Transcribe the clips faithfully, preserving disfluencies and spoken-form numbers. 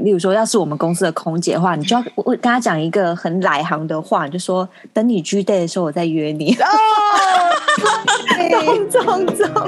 例如说要是我们公司的空姐的话，你就要跟他讲一个很来行的话，你就说等你G day的时候我再约你。哦，中中中。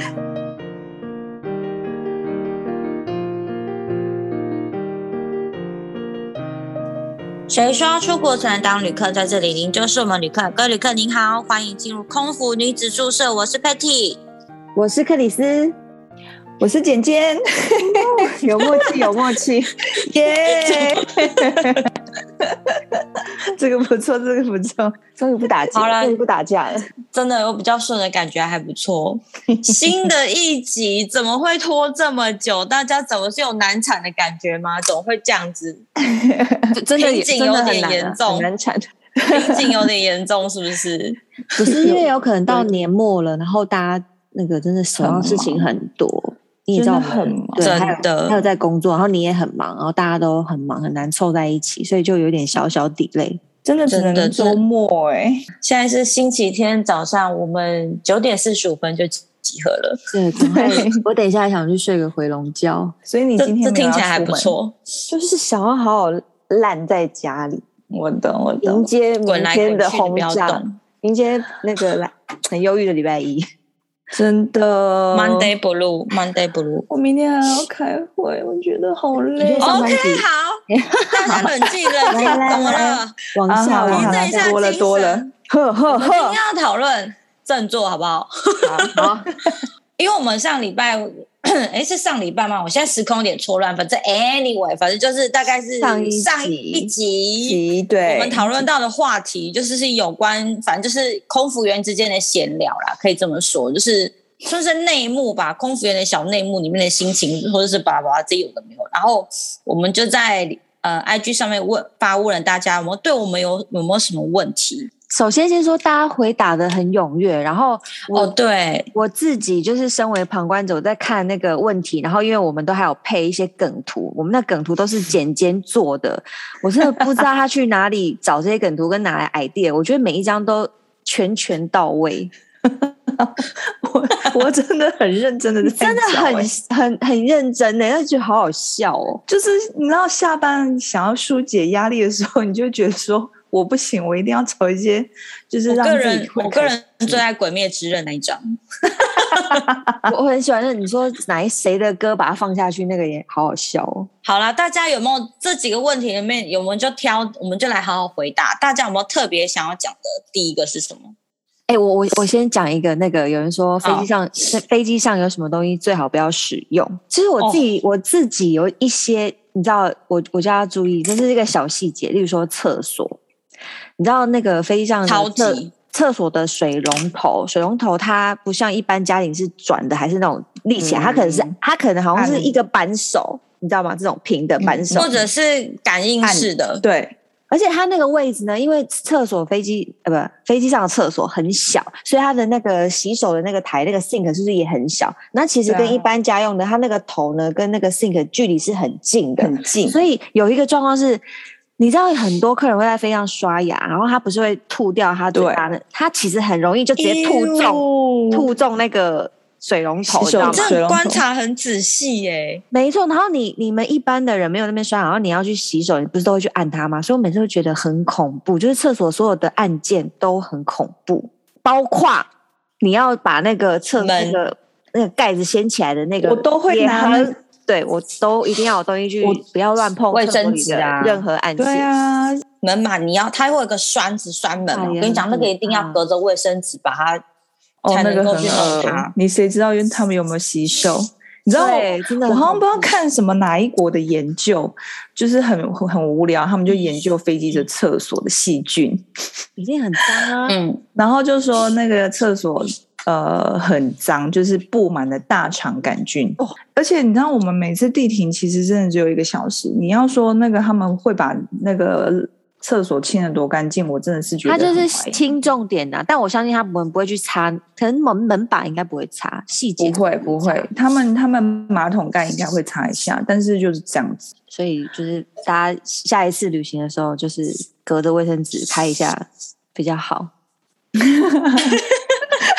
谁说要出国才能当旅客？在这里您就是我们旅客。各位旅客您好，欢迎进入空服女子宿舍，我是 Patty， 我是克里斯， 我是简简。 有默契有默契耶、yeah! 这个不错，这个不错， 终于不打架了，终于不打架了， 真的有比较顺的感觉，还不错。新的一集怎么会拖这么久？大家怎么是有难产的感觉吗？怎么会这样子？ 真的瓶颈有点严重， 很难产， 瓶颈有点严重，是不是？ 不是因为有可能到年末了，然后大家那个真的手上事情很多。你也知道很忙， 对， 真的，还有在工作，然后你也很忙，然后大家都很忙，很难凑在一起，所以就有点小小delay， 真的只能周末哎、欸。 现在是星期天早上，我们九点四十五分就集合了。 对，我等一下想去睡个回笼觉， 所以你今天这听起来还不错， 就是想要好好烂在家里。 我懂，我懂， 迎接明天的轰炸，迎接那个很忧郁的礼拜一。 真的 Monday Blue Monday Blue 我明天还要开会，我觉得好累。 OK 好，大家冷静冷静，怎么了？ 往下往下，多了多了。 呵呵呵， 今天要讨论振作好不好？ 好， 因为我们上礼拜哎是上礼拜吗？我现在时空有点错乱，反正 anyway 反正就是大概是上一集上一集对， 我们讨论到的话题就是是有关，反正就是空服员之间的闲聊啦，可以这么说，就是算是内幕吧，空服员的小内幕里面的心情，或者是巴拉巴拉这有的没有。然后我们就在呃 I G 上面问发问了大家，我们对我们有有没有什么问题？ 首先先说大家回答的很踊跃，然后哦对， 我自己就是身为旁观者，我在看那个问题，然后因为我们都还有配一些梗图，我们那梗图都是简简做的，我真的不知道他去哪里找这些梗图跟哪来 idea， 我觉得每一张都全全到位。 我我真的很认真的在、欸、 真的很很很认真的，那觉得好好笑哦。 就是你知道下班想要疏解压力的时候，你就觉得说我不行，我一定要找一些就是让自己我个人最爱《鬼灭之刃》那一张。 我很喜欢那你说哪一谁的歌把它放下去，那个也好好笑哦。 好啦，大家有没有这几个问题里面，有没有就挑，我们就来好好回答。大家有没有特别想要讲的？第一个是什么？ 哎、欸，我我我先讲一个，那个有人说飞机上、哦、飞机上有什么东西最好不要使用。其实我自己、哦、我自己有一些，你知道，我我就要注意，这是一个小细节，例如说厕所，你知道那个飞机上的厕厕所的水龙头，水龙头它不像一般家庭是转的，还是那种立起来，嗯、它可能是它可能好像是一个扳手，你知道吗？这种平的扳手， 或者是感应式的， 对。 而且它那个位置呢，因为厕所飞机呃不飞机上的厕所很小，所以它的那个洗手的那个台那个 sink 是不是也很小？那其实跟一般家用的，它那个头呢跟那个 sink 距离是很近的， 很近。 所以有一个状况是，你知道很多客人会在飞机上刷牙，然后他不是会吐掉他嘴巴的，他其实很容易就直接吐中吐中那个。水龙头，你知道吗？ 这个观察很仔细耶、欸。 没错，然后你你们一般的人没有那边刷，然后你要去洗手，你不是都会去按它吗？所以我每次都觉得很恐怖，就是厕所所有的按键都很恐怖，包括你要把那个厕那个那个盖子掀起来的那个， 我都会拿。 对，我都一定要有东西去，不要乱碰卫生纸啊， 任何按键。 对啊， 门嘛，你要它会有个栓子栓门嘛，我跟你讲，那个一定要隔着卫生纸把它。才能够去弄它、 哦，你谁知道因为他们有没有洗手？你知道真的我好像不知道看什么哪一国的研究，就是很很无聊，他们就研究飞机的厕所的细菌， 一定很脏啊。 嗯，然后就说那个厕所呃很脏，就是布满了大肠杆菌。哦，而且你知道我们每次地停其实真的只有一个小时，你要说那个他们会把那个。厕所清得多干净，我真的是觉得他就是清重点的、啊，但我相信他们不会去擦，可能门门把应该不会擦，细节不会不会，他们他们马桶盖应该会擦一下，但是就是这样子， 所以就是大家下一次旅行的时候，就是隔着卫生纸开一下比较好。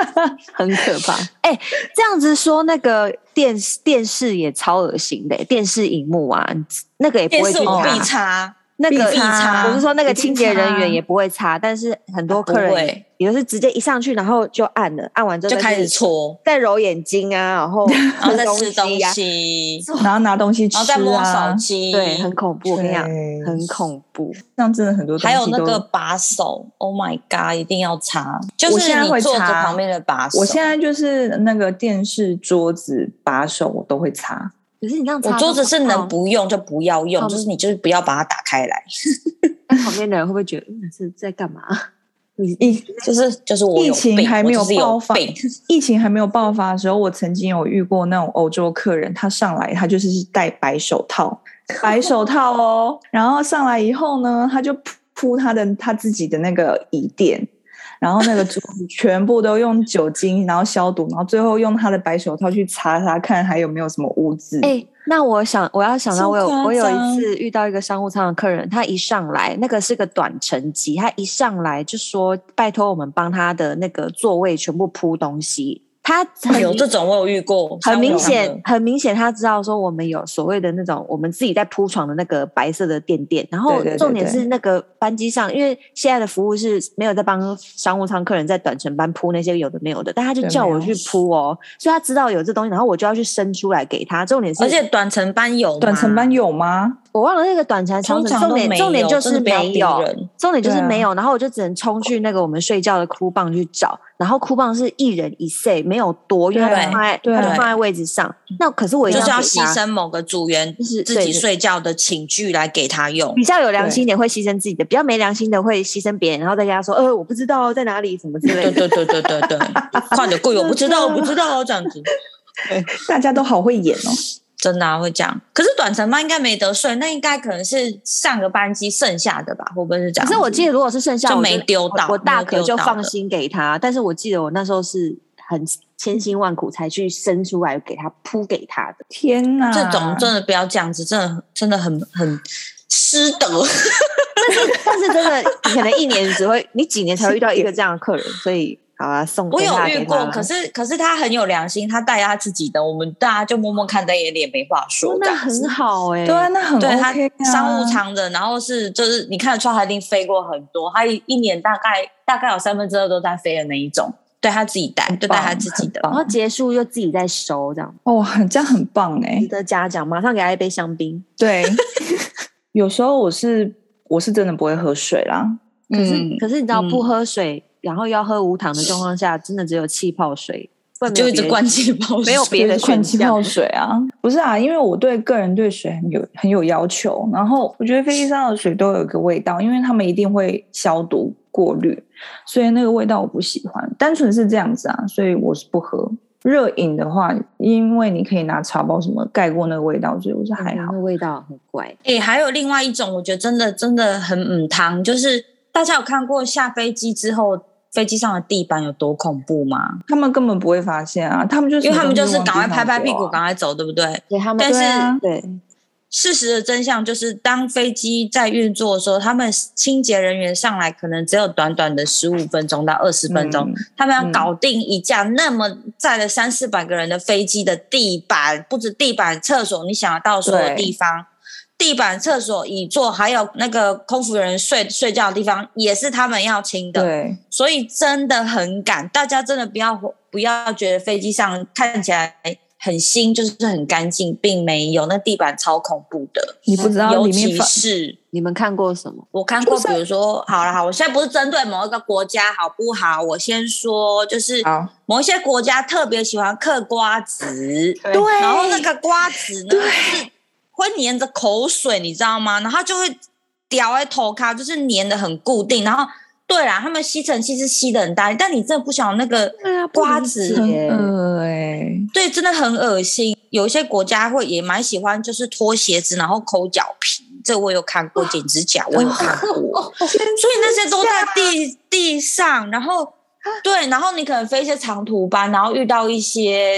很可怕。哎、欸，这样子说，那个电电视也超恶心的、欸，电视荧幕啊，那个也不会去擦， 擦。 必擦。 那个必擦， 我是说那个清洁人员也不会擦，但是很多客人也是直接一上去，然后就按了，按完之后就开始搓， 再揉眼睛啊，然后然后再吃东西， 然后拿东西吃、啊， 然后再摸手机， 对，很恐怖，我跟你讲，很恐怖。 这样真的很多东西还有那个把手 ，Oh my god， 一定要擦，就是你坐着旁边的把手。 我现在就是那个电视桌子把手我都会擦。 可是你这样擦， 我桌子是能不用就不要用， 哦、 就是你就是不要把它打开来。 旁边的人会不会觉得嗯是在干嘛？ 疫就是就是我疫情还没有爆发， 有疫情还没有爆发的时候，我曾经有遇过那种欧洲客人，他上来他就是戴白手套，白手套哦，然后上来以后呢，他就铺他的他自己的那个椅垫。然后那个桌子全部都用酒精，然后消毒，然后最后用他的白手套去擦擦，看还有没有什么污渍。 哎、欸，那我想我要想到我有我有一次遇到一个商务舱的客人，他一上来，那个是个短程机，他一上来就说拜托我们帮他的那个座位全部铺东西。他有这种我有遇过， 很明显很明显他知道说我们有所谓的那种我们自己在铺床的那个白色的垫垫，然后重点是那个班机上，因为现在的服务是没有在帮商务舱客人在短程班铺那些有的没有的，但他就叫我去铺哦，所以他知道有这东西，然后我就要去伸出来给他。重点是， 而且短程班有吗？ 短程班有吗？ 我忘了那个短程长程，重点重点就是没有，重点就是没有，然后我就只能冲去那个我们睡觉的哭棒去找，然后哭棒是一人一 set， 没有多，因为它放在它放在位置上。那可是我就是要牺牲某个组员自己睡觉的寝具来给他用， 比较有良心一点会牺牲自己的，比较没良心的会牺牲别人，然后再跟他说，呃，我不知道在哪里，什么之类的。 对对对对对对，快点跪，我不知道，我不知道这样子。 大家都好会演哦。 真的、啊、会这样，可是短程班应该没得睡，那应该可能是上个班机剩下的吧？会不会是这样？ 可是我记得如果是剩下就没丢到， 我, 我大可就放心给他。但是我记得我那时候是很千辛万苦才去生出来给他铺给他的。 天哪， 这种真的不要这样子，真的真的很很失德。 但是但是真的，你可能一年只会，你几年才会遇到一个这样的客人，所以。好啊，送我有遇过，可是可是他很有良心，他带他自己的，我们大家就默默看在眼里，没话说。 那很好哎、欸， 对啊，那很 OK 啊。 对他商务舱的，然后是就是你看得出他一定飞过很多，他一年大概大概有三分之二都在飞的那一种，对他自己带，就带他自己的， 然后结束又自己在收这样。 哦，这样很棒哎、欸， 值得嘉奖，马上给他一杯香槟。 对，有时候我是我是真的不会喝水啦， 可是、嗯、可是你知道不喝水。嗯然后要喝无糖的状况下，真的只有气泡水， 就一直灌气泡水， 没有别的灌气泡水啊！不是啊，因为我对个人对水很有很有要求，然后我觉得飞机上的水都有一个味道，因为他们一定会消毒过滤，所以那个味道我不喜欢，单纯是这样子啊，所以我是不喝。热饮的话，因为你可以拿茶包什么盖过那个味道，所以我是还好。 嗯、那味道很怪。 哎、欸，还有另外一种，我觉得真的真的很母汤，就是大家有看过下飞机之后。飞机上的地板有多恐怖吗？ 他们根本不会发现啊，他们就是因为他们就是赶快拍拍屁股，赶快走，对不对？ 对，他们但是对、啊、对， 事实的真相就是，当飞机在运作的时候，他们清洁人员上来可能只有短短的十五分钟到二十分钟、嗯，他们要搞定一架那么载了三四百个人的飞机的地板，不止地板、厕所，你想得到所有地方。地板、厕所、椅座，还有那个空服人睡睡觉的地方，也是他们要清的。 对， 所以真的很赶，大家真的不要不要觉得飞机上看起来很新，就是很干净，并没有，那地板超恐怖的。 你不知道里面， 尤其是你们看过什么？ 我看过，比如说，好了好，我现在不是针对某一个国家，好不好？我先说，就是某一些国家特别喜欢嗑瓜子， 对， 然后那个瓜子呢，就是会粘着口水，你知道吗？然后就会掉在头卡，就是粘的很固定。然后，对啦，他们吸尘器是吸的很大力，但你真的不晓得那个瓜子， 很恶欸， 对，真的很恶心。有一些国家会也蛮喜欢，就是脱鞋子然后抠脚皮，这我有看过，剪指甲我有看过，所以那些都在地地上，然后对，然后你可能飞一些长途班，然后遇到一些。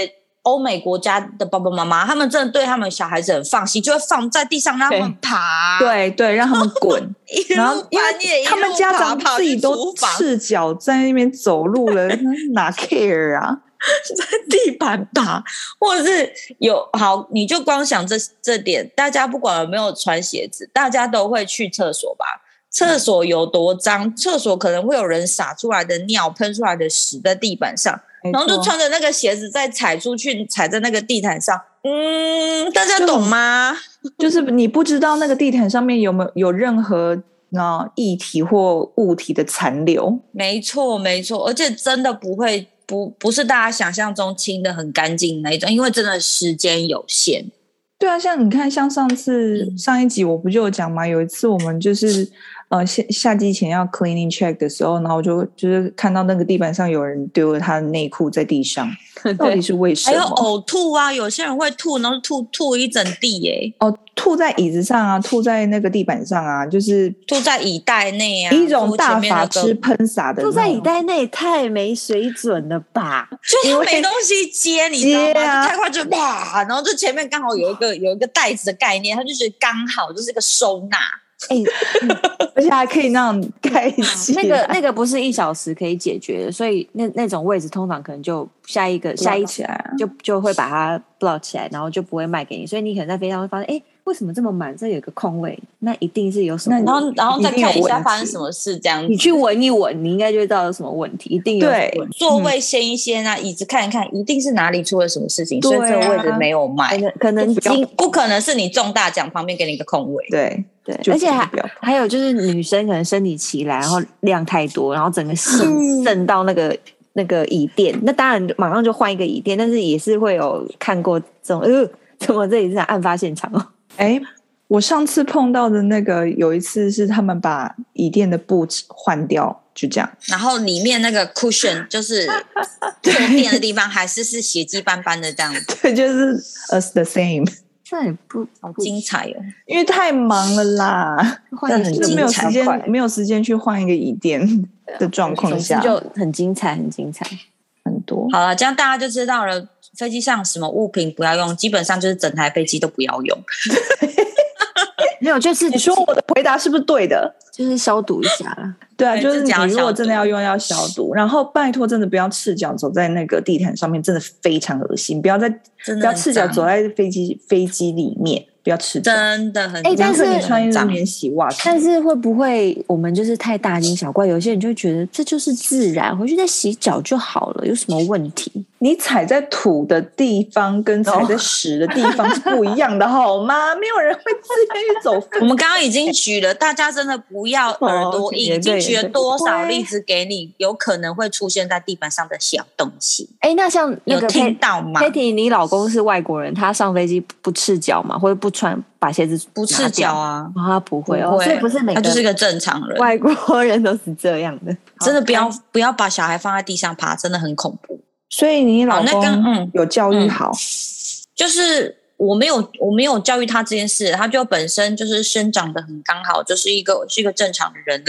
欧美国家的爸爸妈妈，他们真的对他们小孩子很放心，就会放在地上让他们爬， 对对，让他们滚。然后因为他们家长自己都赤脚在那边走路了，哪 care 啊？ 在地板爬，或者是有好，你就光想这这点，大家不管有没有穿鞋子，大家都会去厕所吧？厕所有多脏？厕所可能会有人洒出来的尿、喷出来的屎在地板上，然后就穿着那个鞋子再踩出去，踩在那个地毯上。嗯，大家懂吗？ 就, 就是你不知道那个地毯上面有没有有任何那液体或物体的残留。 没错，没错，而且真的不会。不不是大家想象中清的很干净那一种，因为真的时间有限。 对啊，像你看，像上次、嗯、上一集我不就有讲吗？有一次我们就是呃夏夏季前要 cleaning check 的时候，然后我就就是看到那个地板上有人丢了他的内裤在地上，到底是为什么？ 还有呕吐啊，有些人会吐，然后吐吐一整地耶。 哦，吐在椅子上啊，吐在那个地板上啊，就是吐在椅袋内啊， 一种大法师喷洒的。 吐在椅袋内太没水准了吧？ 就是没东西接，你知道吗？啊、太快就哇，然后就前面刚好有一个有一个袋子的概念，它就是刚好就是一个收纳。 哎、欸， 而且还可以那样盖起来。 那个那个不是一小时可以解决的，所以那那种位置通常可能就下一个下一起来、啊， 就就会把它 block 起来，然后就不会卖给你。所以你可能在飞机上会发现，哎、欸，为什么这么满？这有个空位，那一定是有什么。 然后然后再看一下发生什么事，这样子。 你去闻一闻，你应该就会知道有什么问题，一定有对座位掀一掀啊，椅子看一看，一定是哪里出了什么事情，所以这个位置没有卖。 可能可能不可能是你中大奖旁边给你一个空位。 对。 对，而且还还有就是女生可能生理期来，然后量太多，然后整个渗渗到那个那个椅垫，那当然马上就换一个椅垫，但是也是会有看过这种，呃，怎么这里是案发现场哦？ 哎，我上次碰到的那个有一次是他们把椅垫的布换掉，就这样， 然后里面那个 cushion 就是坐垫的地方还是是血迹斑斑的这样子， 对，就是 as the same。 这也不好精彩哦， 因为太忙了啦， 很精彩， 没有时间没有时间去换一个椅垫的状况下， 就很精彩，很精彩， 很多。 好了，这样大家就知道了，飞机上什么物品不要用，基本上就是整台飞机都不要用。 没有，就是你说我的回答是不是对的？ 就是消毒一下啦。 对啊，就是你如果真的要用，要消毒。然后拜托，真的不要赤脚走在那个地毯上面，真的非常恶心。不要在不要赤脚走在飞机飞机里面，不要赤脚， 真的很。 哎，但是你穿一双免洗袜子， 但是会不会我们就是太大惊小怪？有些人就会觉得这就是自然，回去再洗脚就好了，有什么问题？ 你踩在土的地方跟踩在屎的地方是不一样的，好吗？没有人会自愿去走。 我们刚刚已经举了，大家真的不要耳朵硬，已经举了多少例子给你，有可能会出现在地板上的小东西。 哎，那像那个有听到吗 ？Patty， 你老公是外国人，他上飞机不赤脚吗？或者不穿把鞋子不赤脚啊？ 哦、他不会哦，所以不是每个他就是个正常人。 外国人都是这样的， 真的不要不要把小孩放在地上爬，真的很恐怖。 所以你老公有教育好， 嗯、就是我没有我没有教育他这件事，他就本身就是生长得很刚好，就是一个是一个正常的人类，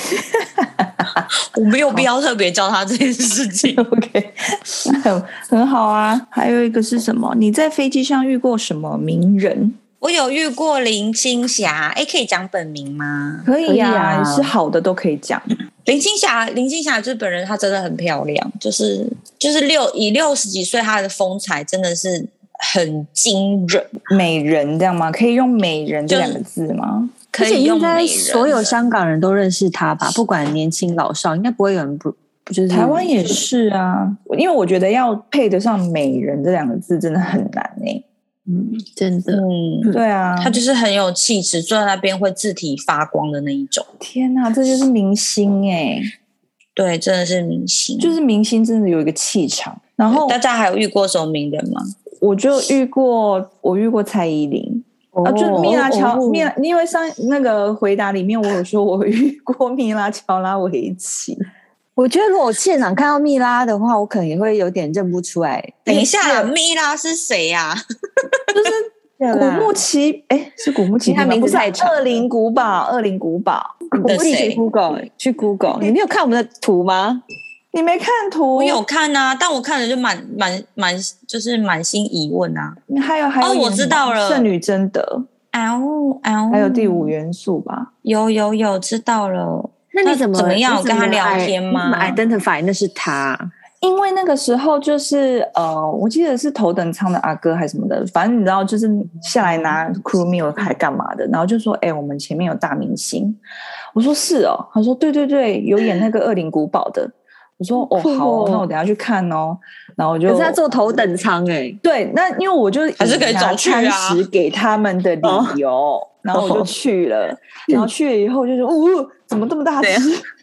我没有必要特别教他这件事情。 OK， 很很好啊。还有一个是什么？你在飞机上遇过什么名人？ 我有遇过林青霞，哎，可以讲本名吗？ 可以啊，是好的都可以讲。 林青霞，林青霞就是本人，她真的很漂亮，就是就是六以六十几岁，她的风采真的是很惊人。 美人这样吗？可以用美人这两个字吗？ 可以用美人。 应该所有香港人都认识她吧？不管年轻老少，应该不会有人不就是。 台湾也是啊，因为我觉得要配得上美人这两个字真的很难哎、欸。 嗯，真的， 嗯， 对啊， 他就是很有气质，坐在那边会自体发光的那一种。 天哪，这就是明星哎、欸！ 对，真的是明星， 就是明星，真的有一个气场。然后大家还有遇过什么名人吗？ 我就遇过，我遇过蔡依林。 哦、 啊，就蜜拉乔，哦、蜜拉，因为上那个回答里面我有说我遇过蜜拉乔拉维奇。 我觉得如果我现场看到蜜拉的话，我可能也会有点认不出来。 等一下，蜜拉是谁呀、啊？ 就是古木奇，哎，是古木奇， 他名字太长。 恶灵古堡，恶灵古堡。 我自己去 Google， 去 Google。你没有看我们的图吗？ 你没看图？ 我有看啊，但我看了就满满满就是满心疑问啊。 还有还有， 哦，我知道了， 圣女贞德， 哦哦， 还有第五元素吧？ 有有有，知道了。 那你怎么怎么样？跟他聊天吗 ？identify 那是他。 因为那个时候就是呃，我记得是头等舱的阿哥还是什么的，反正你知道，就是下来拿 crew meal 还干嘛的，然后就说：“哎、欸，我们前面有大明星。”我说：“是哦。”他说：“对对对，有演那个《恶灵古堡》的。”我说：“哦，好哦，那我等一下去看哦。”然后我就可是他坐头等舱哎、欸， 对，那因为我就还是可以走去啊， 餐食给他们的理由，哦、然后我就去了，然后去了以后就说：“哦，怎么这么大只？”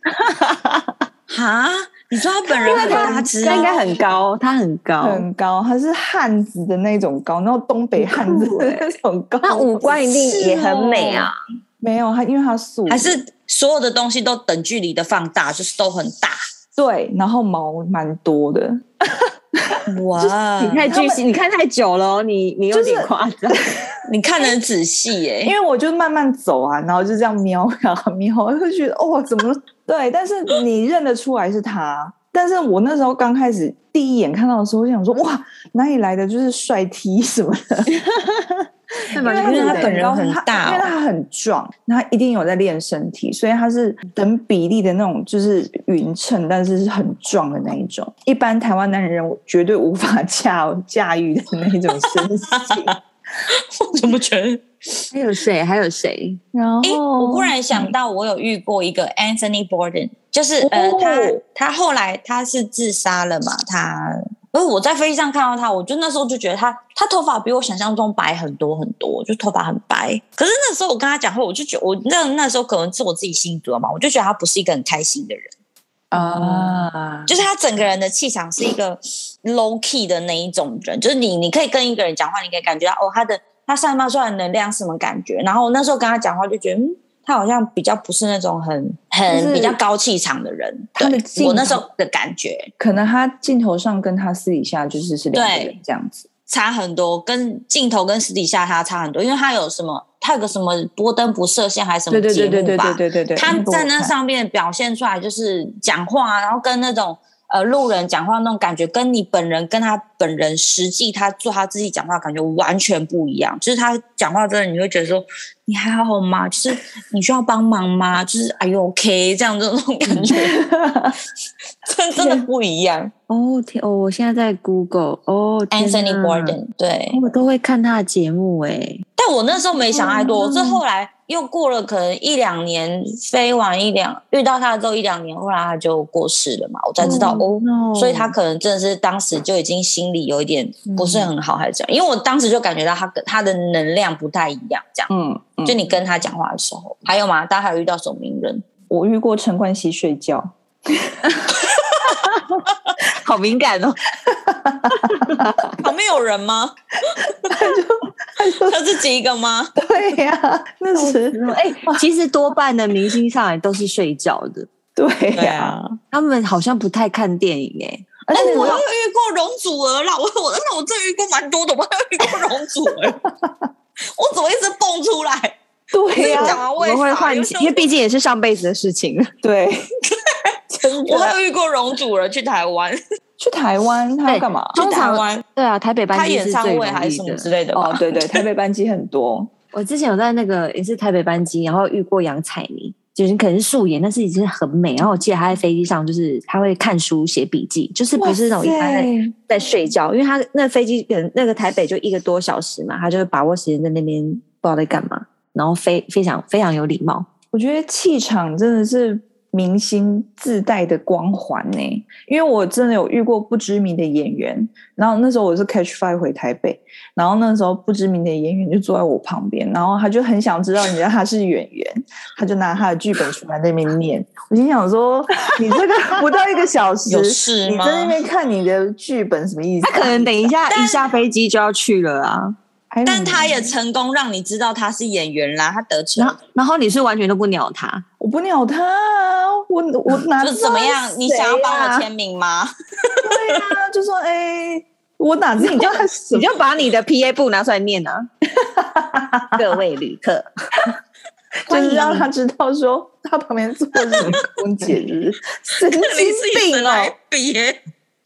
哈？你说他本人很大只， 他应该很高，他很高， 很高，他是汉子的那种高，然后东北汉子的那种高， 他五官一定也很美啊。 没有他，因为他素， 还是所有的东西都等距离的放大，就是都很大。 对，然后毛蛮多的。 哇， 你太巨细，你看太久了，你你有点夸张， 你看得很仔细耶。 因为我就慢慢走啊，然后就这样瞄啊瞄，我就觉得哦，怎么对？但是你认得出来是他。但是我那时候刚开始第一眼看到的时候，我想说哇，哪里来的就是帅 T 什么的。 因为他本人很大、哦， 因为他很壮，他一定有在练身体，所以他是等比例的那种，就是匀称，但是是很壮的那一种。一般台湾男人绝对无法驾驾驭的那一种身形。 我怎么觉得？ 还有谁？还有谁？ 然后， 欸、我忽然想到，我有遇过一个 Anthony Bourdain， 就是呃，他他后来他是自杀了嘛，他。而我在飞机上看到他，我就那时候就觉得他他头发比我想象中白很多很多，就头发很白。可是那时候我跟他讲话，我就觉得我那那时候可能是我自己心毒了嘛，我就觉得他不是一个很开心的人啊， 就是他整个人的气场是一个 low key 的那一种人，就是你你可以跟一个人讲话，你可以感觉到哦，他的他散发出来的能量是什么感觉。然后那时候跟他讲话就觉得，嗯，他好像比较不是那种很很比较高气场的人。 他的我那时候的感觉， 可能他镜头上跟他私底下就是是两个人这样子， 差很多，跟镜头跟私底下他差很多，因为他有什么，他有个什么波灯不设限还是什么节目吧？ 对对对对对对对， 他在那上面表现出来就是讲话，然后跟那种。呃，路人讲话那种感觉，跟你本人跟他本人实际他做他自己讲话感觉完全不一样。就是他讲话真的，你会觉得说你还好吗？就是你需要帮忙吗？就是哎呦 OK 这样这种感觉，真真的不一样。 哦天哦，我现在在 Google 哦 ，Anthony Bourdain 对， 我都会看他的节目哎。 但我那时候没想太多，这、嗯、后来又过了可能一两年，飞完一两遇到他之后一两年，后来他就过世了嘛，我才知道、oh, 哦， no. 所以他可能真的是当时就已经心里有一点不是很好，还是这样、嗯？因为我当时就感觉到他跟他的能量不太一样，这样，嗯，嗯就你跟他讲话的时候，还有吗？大家还有遇到什么名人？ 我遇过陈冠希睡觉。 好敏感哦！ 旁边有人吗？ 他就他就他自己一个吗？ 对呀、啊，那是哎、欸，其实多半的明星上来都是睡觉的。 对呀、啊， 他们好像不太看电影哎、欸。 而且我有遇过容祖儿啦，我我那我真遇过蛮多的，我还有遇过容祖儿，我怎么一直蹦出来？ 对呀、 啊， 我会唤起，因为毕竟也是上辈子的事情。 对。 我还有遇过容祖儿去台湾， 去台湾他要干嘛？ 去台湾， 对啊，台北班机是最容易的， 开演唱会还是什么之类的吧？ 哦，对对，台北班机很多。 我之前有在那个也是台北班机，然后遇过杨采妮，就是可能是素颜，但是已经很美。然后我记得她在飞机上，就是她会看书写笔记，就是不是那种一般在在睡觉，因为她那飞机可能那个台北就一个多小时嘛，她就会把握时间在那边不知道在干嘛，然后非非常非常有礼貌。 我觉得气场真的是。明星自带的光环呢、欸，因为我真的有遇过不知名的演员，然后那时候我是 Catch Five 回台北，然后那时候不知名的演员就坐在我旁边，然后他就很想知道人家他是演员，他就拿他的剧本出来在那边念，我心想说，你这个不到一个小时， 有事吗？ 你在那边看你的剧本什么意思、啊？ 他可能等一下一下飞机就要去了啊。 但他也成功让你知道他是演员啦，他得逞。 然后，然后你是完全都不鸟他？ 我不鸟他，我我哪知道、啊、 就怎么样？你想要帮我签名吗？ 对呀、啊，就说哎、欸，我哪知道你就你就把你的 P A 簿拿出来念啊，各位旅客， 就是让他知道说他旁边坐的是空姐，是神经病哦！ 比耶，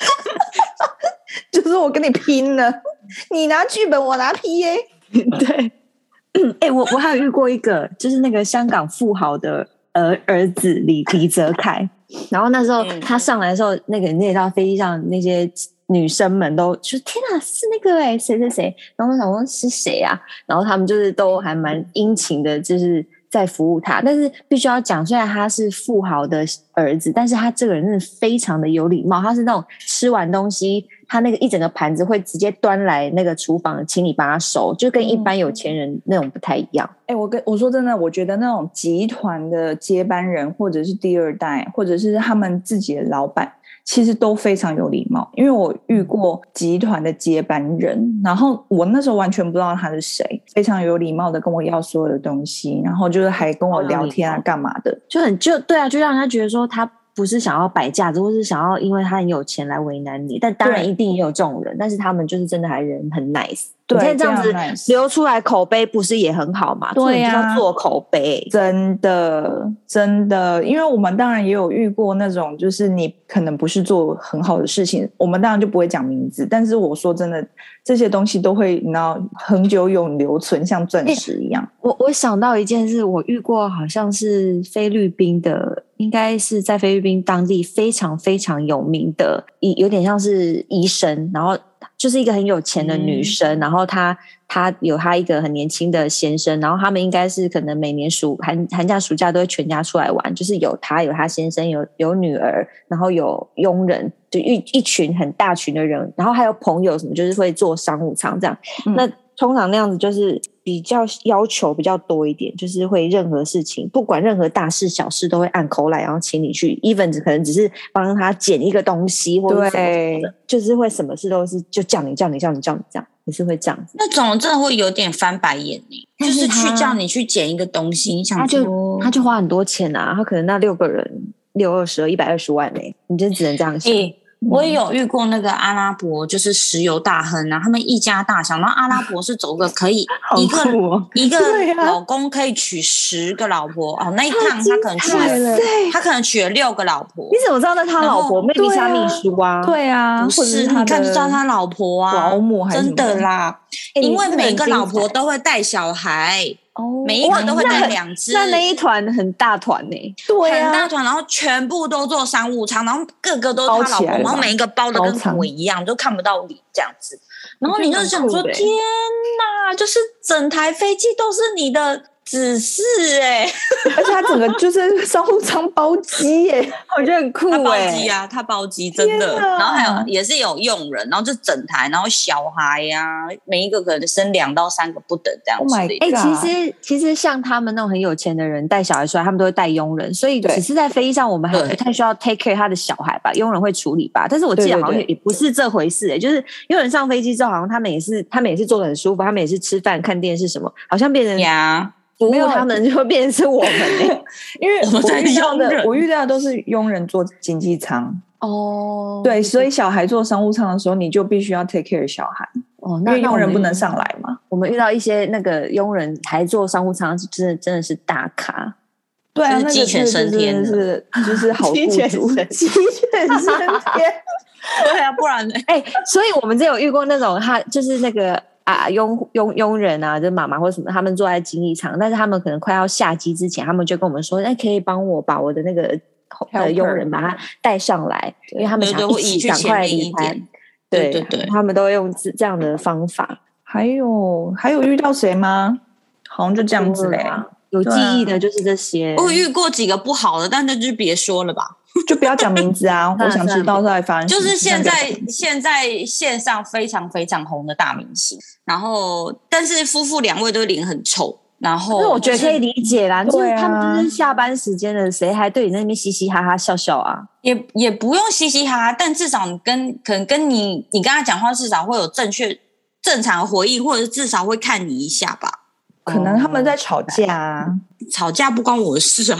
就是我跟你拼了，你拿剧本，我拿 P A。 对，哎、欸，我我还有遇过一个，就是那个香港富豪的儿儿子李李泽楷，然后那时候他上来的时候，那个那到飞机上那些女生们都说：“天哪，是那个哎、欸，谁谁谁？”然后我想说是谁啊？然后他们就是都还蛮殷勤的，就是在服务他。但是必须要讲，虽然他是富豪的儿子，但是他这个人真的非常的有礼貌。他是那种吃完东西，他那个一整个盘子会直接端来那个厨房，请你帮他收，就跟一般有钱人那种不太一样。 哎、欸，我跟我说真的，我觉得那种集团的接班人，或者是第二代，或者是他们自己的老板，其实都非常有礼貌。因为我遇过集团的接班人，然后我那时候完全不知道他是谁，非常有礼貌的跟我要所有的东西，然后就是还跟我聊天啊，干嘛的， 就很就对啊，就让他觉得说他不是想要摆架子，或是想要因为他很有钱来为难你。但当然一定也有这种人，但是他们就是真的还人很 nice。 对， 你看这样子流出来口碑不是也很好吗？ 对呀、 啊，做口碑， 真的真的，因为我们当然也有遇过那种，就是你可能不是做很好的事情，我们当然就不会讲名字。但是我说真的，这些东西都会，你知道，恒久永留存，像钻石一样。 欸、我我想到一件事，我遇过，好像是菲律宾的，应该是在菲律宾当地非常非常有名的，有点像是医生，然后。就是一个很有钱的女生，嗯、然后她她有她一个很年轻的先生，然后他们应该是可能每年暑寒寒假暑假都会全家出来玩，就是有她有她先生有有女儿，然后有佣人，就一一群很大群的人，然后还有朋友什么，就是会坐商务舱这样。嗯、那通常那样子就是比较要求比较多一点，就是会任何事情不管任何大事小事都会按口来，然后请你去 even 可能只是帮他捡一个东西或者什么什么的，就是会什么事都是就叫你叫你叫你叫你这样，也是会这样子。 那种真的会有点翻白眼呢，就是去叫你去捡一个东西，你想他就他就花很多钱啊，他可能那六个人六二十二一百二十万呢，你就只能这样想。欸我也有遇过那个阿拉伯，就是石油大亨啊，他们一家大小，然后阿拉伯是走个可以一个、 哦、 一个老公可以娶十个老婆哦，那一趟他可能娶了，他可能娶了六个老婆。 你怎么知道那他老婆？maybe 是他秘书啊？ 对啊， 不是，你看就知道他老婆啊， 保姆还是真的啦，欸、因为每个老婆都会带小孩。哦，每一个都会带两只， 那那一团很大团呢、欸， 对啊， 很大团，然后全部都坐商务舱，然后个个都是他老婆，然后每一个包的跟鬼一样，就看不到脸这样子。然后你就想说，天哪，就是整台飞机都是你的指示哎、欸， 而且他整个就是商务舱包机耶、欸， 我觉得很酷哎、欸， 他包机啊，他包机真的，然后还有也是有佣人，然后就整台，然后小孩呀、啊，每一个可能生两到三个不等这样子。 哎、 欸，其实其实像他们那种很有钱的人带小孩出来，他们都会带佣人，所以只是在飞机上我们还不太需要 take care 他的小孩吧，佣人会处理吧。但是我记得好像也不是这回事哎、欸，就是佣人上飞机之后，好像他们也是他们也是坐得很舒服，他们也是吃饭看电视什么，好像变成呀。 服务他们就会变成是我们、欸、 因为我们遇到的我遇到的都是佣人坐经济舱哦， 对，所以小孩坐商务舱的时候，你就必须要 take care 小孩哦，因为佣人不能上来嘛。 我们遇到一些那个佣人还坐商务舱，真的真的是大咖， 对啊， 鸡犬升天是就是好雇主，鸡犬升天， 对啊，不然呢？ 哎、欸，所以我们这有遇过那种，他就是那个。啊，佣佣佣人啊，就妈妈或什么，他们坐在经济舱，但是他们可能快要下机之前，他们就跟我们说，哎，可以帮我把我的那个呃佣人把他带上来，因为他们想一起赶快离开。 对对对， 他们都会用这样的方法。 还有还有遇到谁吗？好像就这样子嘞、欸。 有记忆的就是这些。 我遇过几个不好的，但那就别说了吧。 就不要讲名字啊！我想知道在发生就是现在现在线上非常非常红的大明星，然后但是夫妇两位都脸很臭，然后、就是、 我觉得可以理解啦，就是他们就是下班时间了，谁还对你那边嘻嘻哈哈笑笑啊？ 也也不用嘻嘻哈哈，但至少你跟可能跟你你跟他讲话，至少会有正确正常的回应，或者是至少会看你一下吧。 可能他们在吵架啊， 吵架不关我的事啊。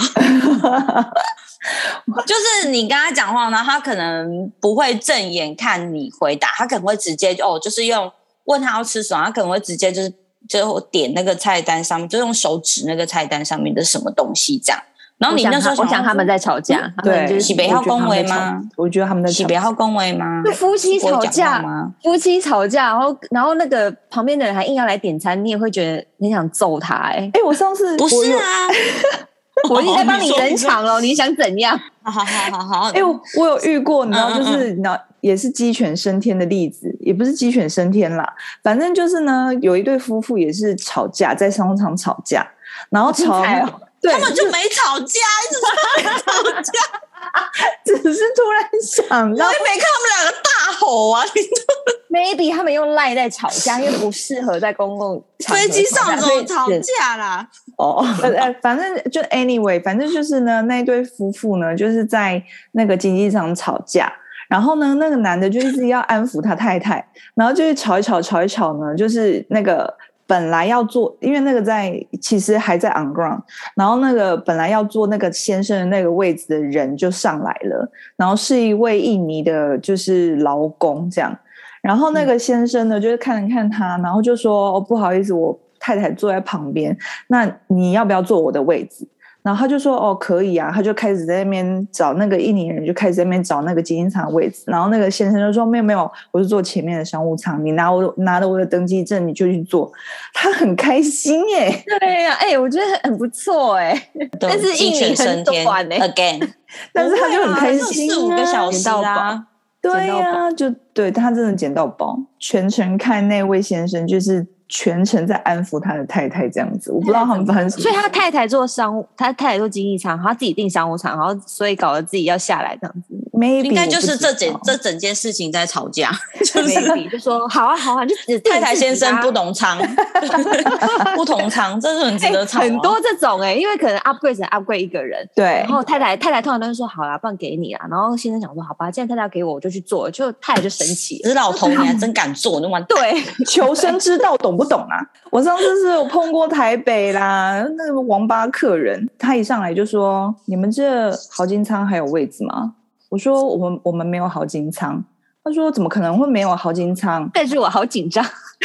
就是你跟他讲话，然后他可能不会正眼看你回答，他可能会直接哦，就是用问他要吃什么，他可能会直接就是就点那个菜单上面，就用手指那个菜单上面的什么东西这样， 然后你那时候我想他们在吵架，他们就是是北号恭维吗？ 我觉得他们在吵架， 是北号恭维吗？ 就夫妻吵架吗？夫妻吵架，然后然后那个旁边的人还硬要来点餐，你也会觉得你想揍他哎、欸！ 哎、欸，我上次不是啊， 我已经在帮你冷场了，你想怎样？ 好好好好好， 哎、欸，我有遇过，你知道，就是你知道，也是鸡犬升天的例子，也不是鸡犬升天啦，反正就是呢，有一对夫妇也是吵架，在商场吵架，然后吵。 对，他们就没吵架，一直在吵架， 只是突然想到， 我也没看他们两个大吼啊。 Maybe 他们用赖在吵架，因为不适合在公共场合飞机上怎么吵架啦？ 哦，呃，反正就 anyway， 反正就是呢，那对夫妇呢，就是在那个经济舱吵架，然后呢，那个男的就一直要安抚他太太，然后就是吵一吵，吵一吵呢，就是那个。本来要坐，因为那个在其实还在 on ground， 然后那个本来要坐那个先生的那个位置的人就上来了，然后是一位印尼的，就是劳工这样，然后那个先生呢，就是看了看他，然后就说：“哦，不好意思，我太太坐在旁边，那你要不要坐我的位置？”然后他就说哦可以啊，他就开始在那边找那个印尼人，就开始在那边找那个经济舱的位置。然后那个先生就说没有没有，我是坐前面的商务舱，你拿我拿着我的登机证你就去坐。他很开心耶、欸， 对呀、啊，哎、欸，我觉得很不错哎、欸，但是印尼很短哎、 欸、，again， 但是他就很开心、 啊，四五个小时啊， 对呀、啊，就对他真的捡到宝，全程看那位先生就是。全程在安抚他的太太这样子，我不知道他们发生什么。 所以他太太坐商务，他太太坐经济舱，他自己订商务舱，然后所以搞得自己要下来这样子。 Maybe 应该就是这整这整件事情在吵架， 就是 Maybe 就说好啊好啊，就只太太先生不同舱，不同舱，这是很值得吵、啊欸。很多这种哎、欸，因为可能 upgrade 只 upgrade 一个人， 对， 然后太太太太通常都是说好啦，不然给你啦，然后先生想说好吧，既然太太要给我，我就去做，就太太就生气， 这老头你还真敢做，那完对， 求生之道懂不懂啊？我上次是有碰过台北啦，那个王八客人，他一上来就说：“你们这豪金舱还有位置吗？”我说：“我们我们没有豪金舱。”他说：“怎么可能会没有豪金舱？” 但是我好紧张。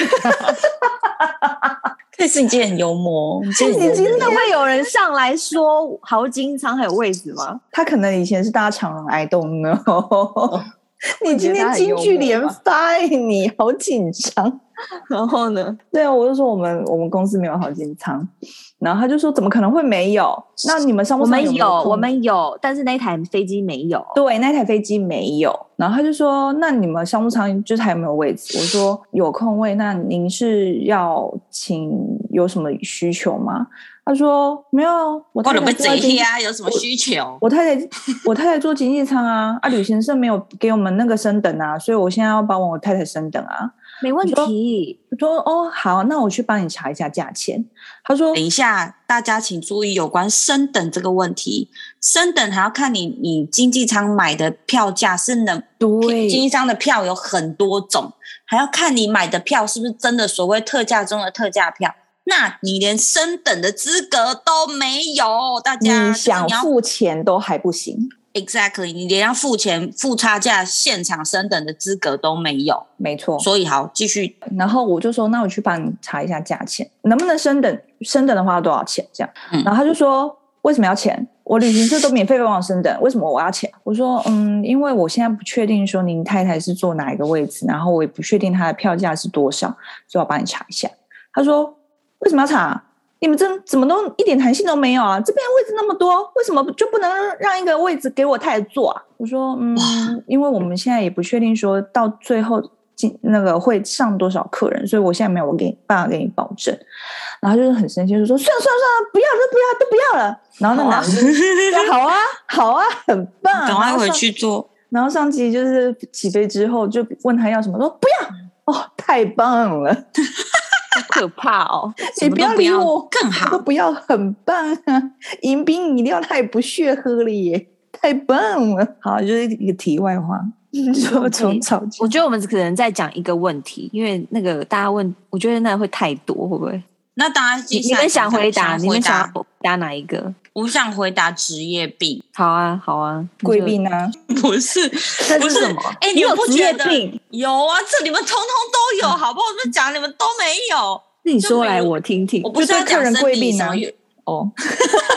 这是你今天很幽默，你今天真的会有人上来说豪金舱还有位置吗？ 他可能以前是搭长荣 ，I don't know。你今天金句连发、欸，你好紧张。 然后呢？ 对啊，我就说我们我们公司没有豪金舱，然后他就说怎么可能会没有？那你们商务舱有没有？ 我们有，我们有，但是那台飞机没有。 对，那台飞机没有。然后他就说，那你们商务舱就是还有没有位置？我说有空位。那您是要请有什么需求吗？他说没有，我太太坐经济啊，有什么需求？ 我太太我太太坐经济舱啊，啊，旅行社没有给我们那个升等啊，所以我现在要帮我太太升等啊。 没问题。 我说哦好，那我去帮你查一下价钱。他说等一下，大家请注意有关升等这个问题。升等还要看你你经济舱买的票价是能对， 经济舱的票有很多种，还要看你买的票是不是真的所谓特价中的特价票。那你连升等的资格都没有，大家你想付钱都还不行。 Exactly， 你连要付钱付差价现场升等的资格都没有， 没错。 所以好，继续。 然后我就说，那我去帮你查一下价钱，能不能升等？升等的话要多少钱？这样，嗯、然后他就说，为什么要钱？我旅行社都免费帮我升等，为什么我要钱？我说，嗯，因为我现在不确定说您太太是坐哪一个位置，然后我也不确定她的票价是多少，所以我帮你查一下。他说，为什么要查？你们真怎么都一点弹性都没有啊？这边位置那么多，为什么就不能让一个位置给我太太坐啊？我说，嗯，因为我们现在也不确定说到最后那个会上多少客人，所以我现在没有给办法给你保证。然后就是很生气，就说算了算了算了，不要都不要都不要了。然后那男的说好啊好啊，很棒， 赶快回去做。 然后上机就是起飞之后就问他要什么，说不要哦，太棒了。 好可怕哦！ 你不要理我， 更好， 都不要，很棒啊！迎宾饮料他也不屑喝了耶，太棒了！好，就是一个题外话，说从吵架。 我觉得我们可能在讲一个问题，因为那个大家问，我觉得那会太多，会不会？ 那大家你们想回答，你们想回答哪一个？ 我想回答职业病。 好啊，好啊， 贵病啊？ 不是， 这是什么？ 哎、欸，你有不觉得有啊？这你们通通都有，好不好？我们讲你们都没有。 那你说来我听听。 我不是要讲生理什么哦，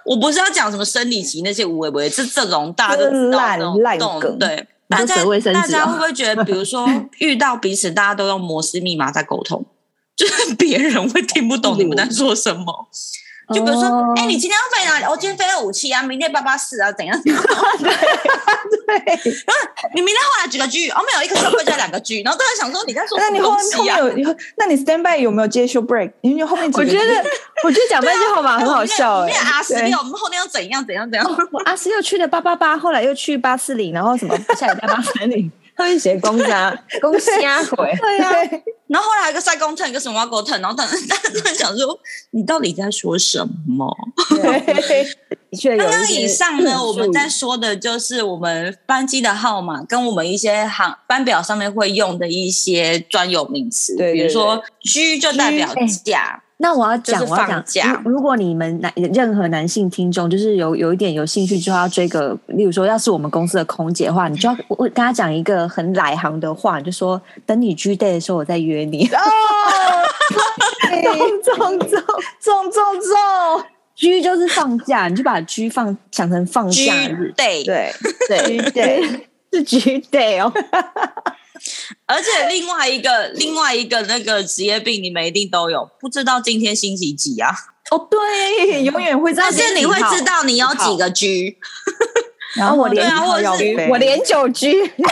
我不是要讲什么生理期那些无为不为，是这种大家都知道烂烂梗， 对。大家大家会不会觉得，比如说遇到彼此，大家都用摩斯密码在沟通，就是别人会听不懂你们在说什么？就比如说，哎、哦欸，你今天要飞哪里？我、哦、今天飞了五七啊，明天八八四啊，怎样怎样？对对。 然后你明天后来几个 G？ 哦，没有，一个社会加两个 G。然后大家想说你在说什么东西啊？ 那你后面有，那你 stand by 有没有接 show break？ 因为后面几个我觉得，我觉得讲半句号码很好笑哎、欸。 啊 R 十六，我们后天要怎样怎样怎样？ 我 R 十六去了八八八，后来又去八四零，然后什么下礼拜八三零。他会写公家公虾鬼， 对啊，然后后来还有一个塞公特，一个什么挖狗特，然后大家在想说，你到底在说什么？ 的确有。刚刚以上呢，我们在说的就是我们班机的号码，跟我们一些航班表上面会用的一些专有名词， 对对对， 比如说 G 就代表假。 那我要讲， 就是、 我要讲，如果你们男任何男性听众，就是有有一点有兴趣，就要追个，例如说，要是我们公司的空姐的话，你就要我跟他讲一个很来行的话，你就说，等你 G day 的时候，我再约你。哦，中中中中中中 ，G 就是放假，你就把 G 放想成放假日 day， 对对 ，G day 是 G day 哦。 而且另外一个另外一个那个职业病，你们一定都有，不知道今天星期几啊？ 哦，对，永远会知道， 但是你会知道你有几个 G， 然后我连、 啊、或者是我连九 G，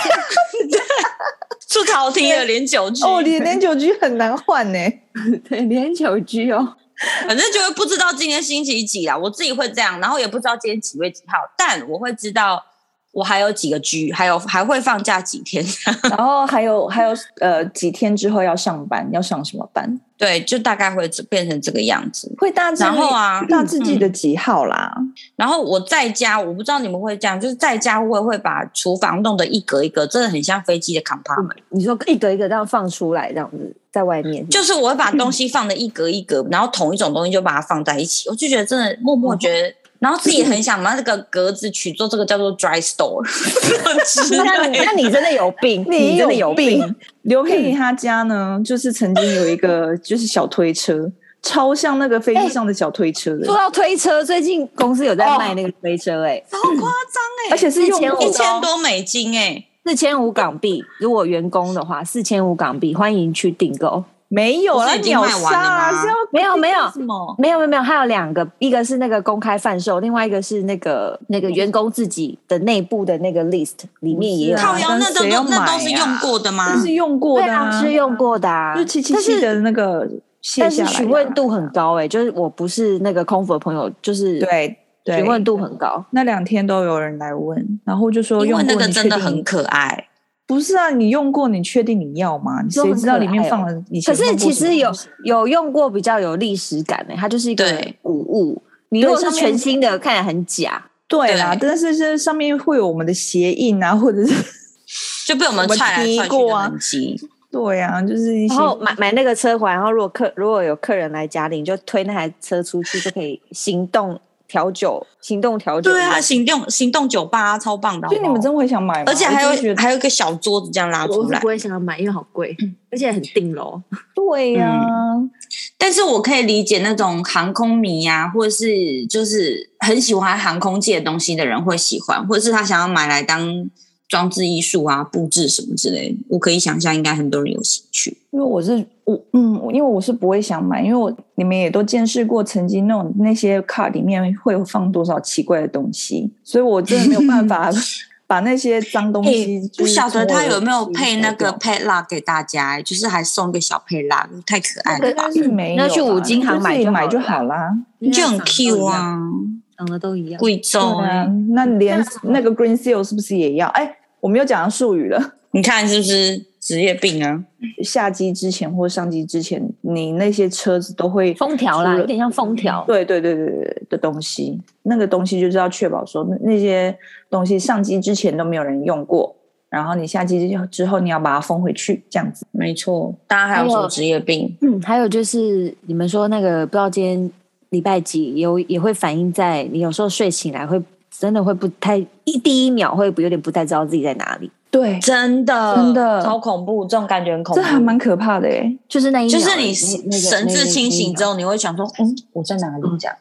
出逃题了，连九 G， 哦，连连九 G 很难换呢， 对，连九 G 哦。 反正就会不知道今天星期几啦，我自己会这样，然后也不知道今天几月几号，但我会知道。我还有几个 G， 还有还会放假几天， 然后还有还有呃几天之后要上班，要上什么班？ 对，就大概会变成这个样子。 会大致然后啊， 大致记得几号啦、嗯。 然后我在家，我不知道你们会这样，就是在家会会把厨房弄得一格一格，真的很像飞机的 compartment、嗯。 你说一格一格这样放出来，这样子在外面是不是， 就是我会把东西放的一格一格，然后同一种东西就把它放在一起，我就觉得真的默默觉得。嗯，然后自己很想把这个格子取做这个叫做 dry store 那你那你真的有病， 你真的有病。刘佩仪他家呢，就是曾经有一个就是小推车，超像那个飞机上的小推车的。 说到推车，最近公司有在卖那个推车、欸，哎、 哦，好夸张哎， 而且是用一千多美金哎、欸， 四千五港币。如果员工的话，四千五港币，欢迎去订购。 没有啊， 已经卖完了吗？ 没有没有没有没有没有，还有两个，一个是那个公开贩售，另外一个是那个那个员工自己的内部的那个 list 里面也有。 靠腰，那都那都是用过的吗？ 那是用过的啊，是用过的啊， 就七七七的那个卸下来。 但是询问度很高哎、欸，就是我不是那个空服的朋友，就是对对， 询问度很高。 那两天都有人来问，然后就说因为那个你真的很可爱。 不是啊，你用过，你确定你要吗？你谁知道里面放了？你可是其实有有用过，比较有历史感诶、欸，它就是一个古物。你如果是全新的，看起来很假。 对啦，但是这上面会有我们的鞋印啊，或者是就被我们踹来踹去的痕迹。 对啊，就是一些。 然后买买那个车回来，然后如果客如果有客人来家里，你就推那台车出去，就可以行动。调酒，行动调酒， 对啊，行动行动酒吧、啊、超棒的。 所以你们真会想买吗？ 而且还有还有一个小桌子这样拉出来。 我不会想要买，因为好贵，嗯、而且很顶楼。 对呀、啊嗯，但是我可以理解那种航空迷啊，或者是就是很喜欢航空界的东西的人会喜欢，或者是他想要买来当装置艺术啊、布置什么之类的。我可以想象，应该很多人有兴趣。 因为我是我嗯，因为我是不会想买，因为我你们也都见识过，曾经那种那些卡里面会放多少奇怪的东西，所以我真的没有办法把那些脏东西、欸。 不晓得他有没有配那个 pet lock 给大家，就是还送个小 pet lock， 太可爱了吧？ 是没有， 那去五金行买就买就好啦， 就很 Q 啊， 长得都一样， 贵重啊。那连那个 green seal 是不是也要？哎、欸，我们又讲到术语了， 你看是不是？职业病啊！ 下机之前或上机之前，你那些车子都会封条啦，有点像封条。 对对对对对的东西，那个东西就是要确保说那些东西上机之前都没有人用过，然后你下机之后你要把它封回去，这样子。 没错，大家还有什么职业病？ 嗯，还有就是你们说那个不知道今天礼拜几有也会反映在你有时候睡醒来会真的会不太一第一秒会有点不太知道自己在哪里。 对， 真的真的超恐怖，这种感觉很恐怖， 这还蛮可怕的耶。 就是那一秒， 就是你神志清醒之后，你会想说，嗯，我在哪里？这样，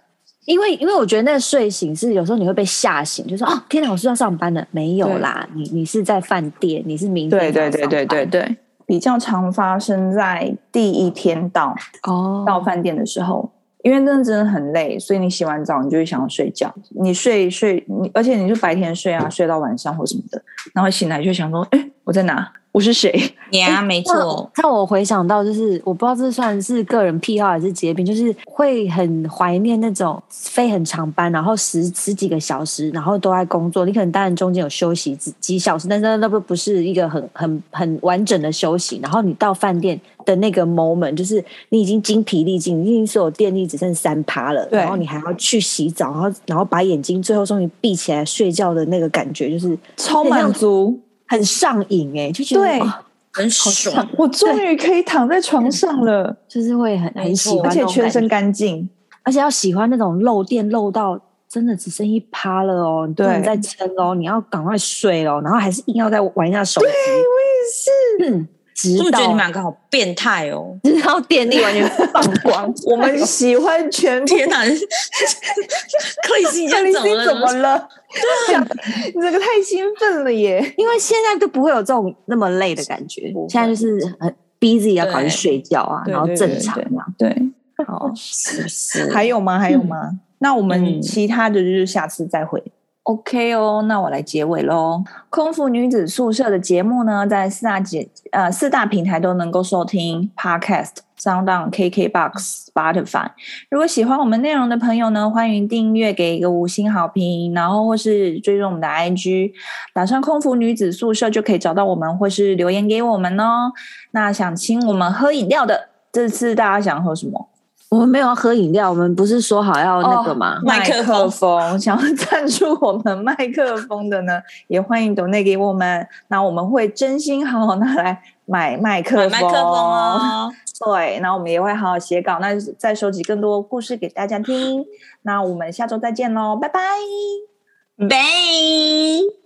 因为因为我觉得那个睡醒是有时候你会被吓醒，就说啊天哪，我是要上班了，没有啦，你你是在饭店，你是明天对对对对对对，比较常发生在第一天到哦到饭店的时候。因为真的真的很累，所以你洗完澡你就会想要睡觉。你睡睡你，而且你就白天睡啊，睡到晚上或什么的，然后醒来就想说，哎，我在哪？我是谁？ 呀，没错。 让我回想到，就是我不知道这算是个人癖好还是洁癖，就是会很怀念那种飞很长班，然后十十几个小时，然后都在工作。你可能当然中间有休息几几小时，但是那不不是一个很很很完整的休息。然后你到饭店的那个 moment， 就是你已经精疲力尽，你已经所有电力只剩三趴了，然后你还要去洗澡，然后然后把眼睛最后终于闭起来睡觉的那个感觉，就是超满足。 很上瘾哎、欸，就觉得对、 哦、 很爽， 我终于可以躺在床上了， 就是会很很喜欢， 而且全身干净， 而且要喜欢那种漏电漏到真的只剩一趴了哦，你不能再撑哦，你要赶快睡哦，然后还是硬要再玩一下手机。 对，我也是。 嗯， 我觉得你们两个好变态哦， 直到电力完全放光。 我们喜欢全天哪，克里斯你克里斯怎么了？对啊，你这个太兴奋了耶！ 因为现在都不会有这种那么累的感觉，现在就是很 busy 要赶去睡觉啊，然后正常这样。 对，好， 是不是？ 还有吗？还有吗？嗯、那我们其他的就是下次再会。OK 哦，那我来结尾咯。空服女子宿舍的节目呢，在四大节呃四大平台都能够收听 Podcast、SoundOn、K K B O X、Spotify。如果喜欢我们内容的朋友呢，欢迎订阅，给一个五星好评，然后或是追踪我们的 I G， 打上空服女子宿舍就可以找到我们，或是留言给我们哦。那想请我们喝饮料的，这次大家想喝什么？ 我们没有要喝饮料，我们不是说好要那个吗？ 哦、麦克风，想要赞助我们麦克风的呢，也欢迎donate给我们。那我们会真心好好拿来买麦克风， 买麦克风哦。 对，那我们也会好好写稿，那再收集更多故事给大家听。那我们下周再见喽，拜拜， 拜。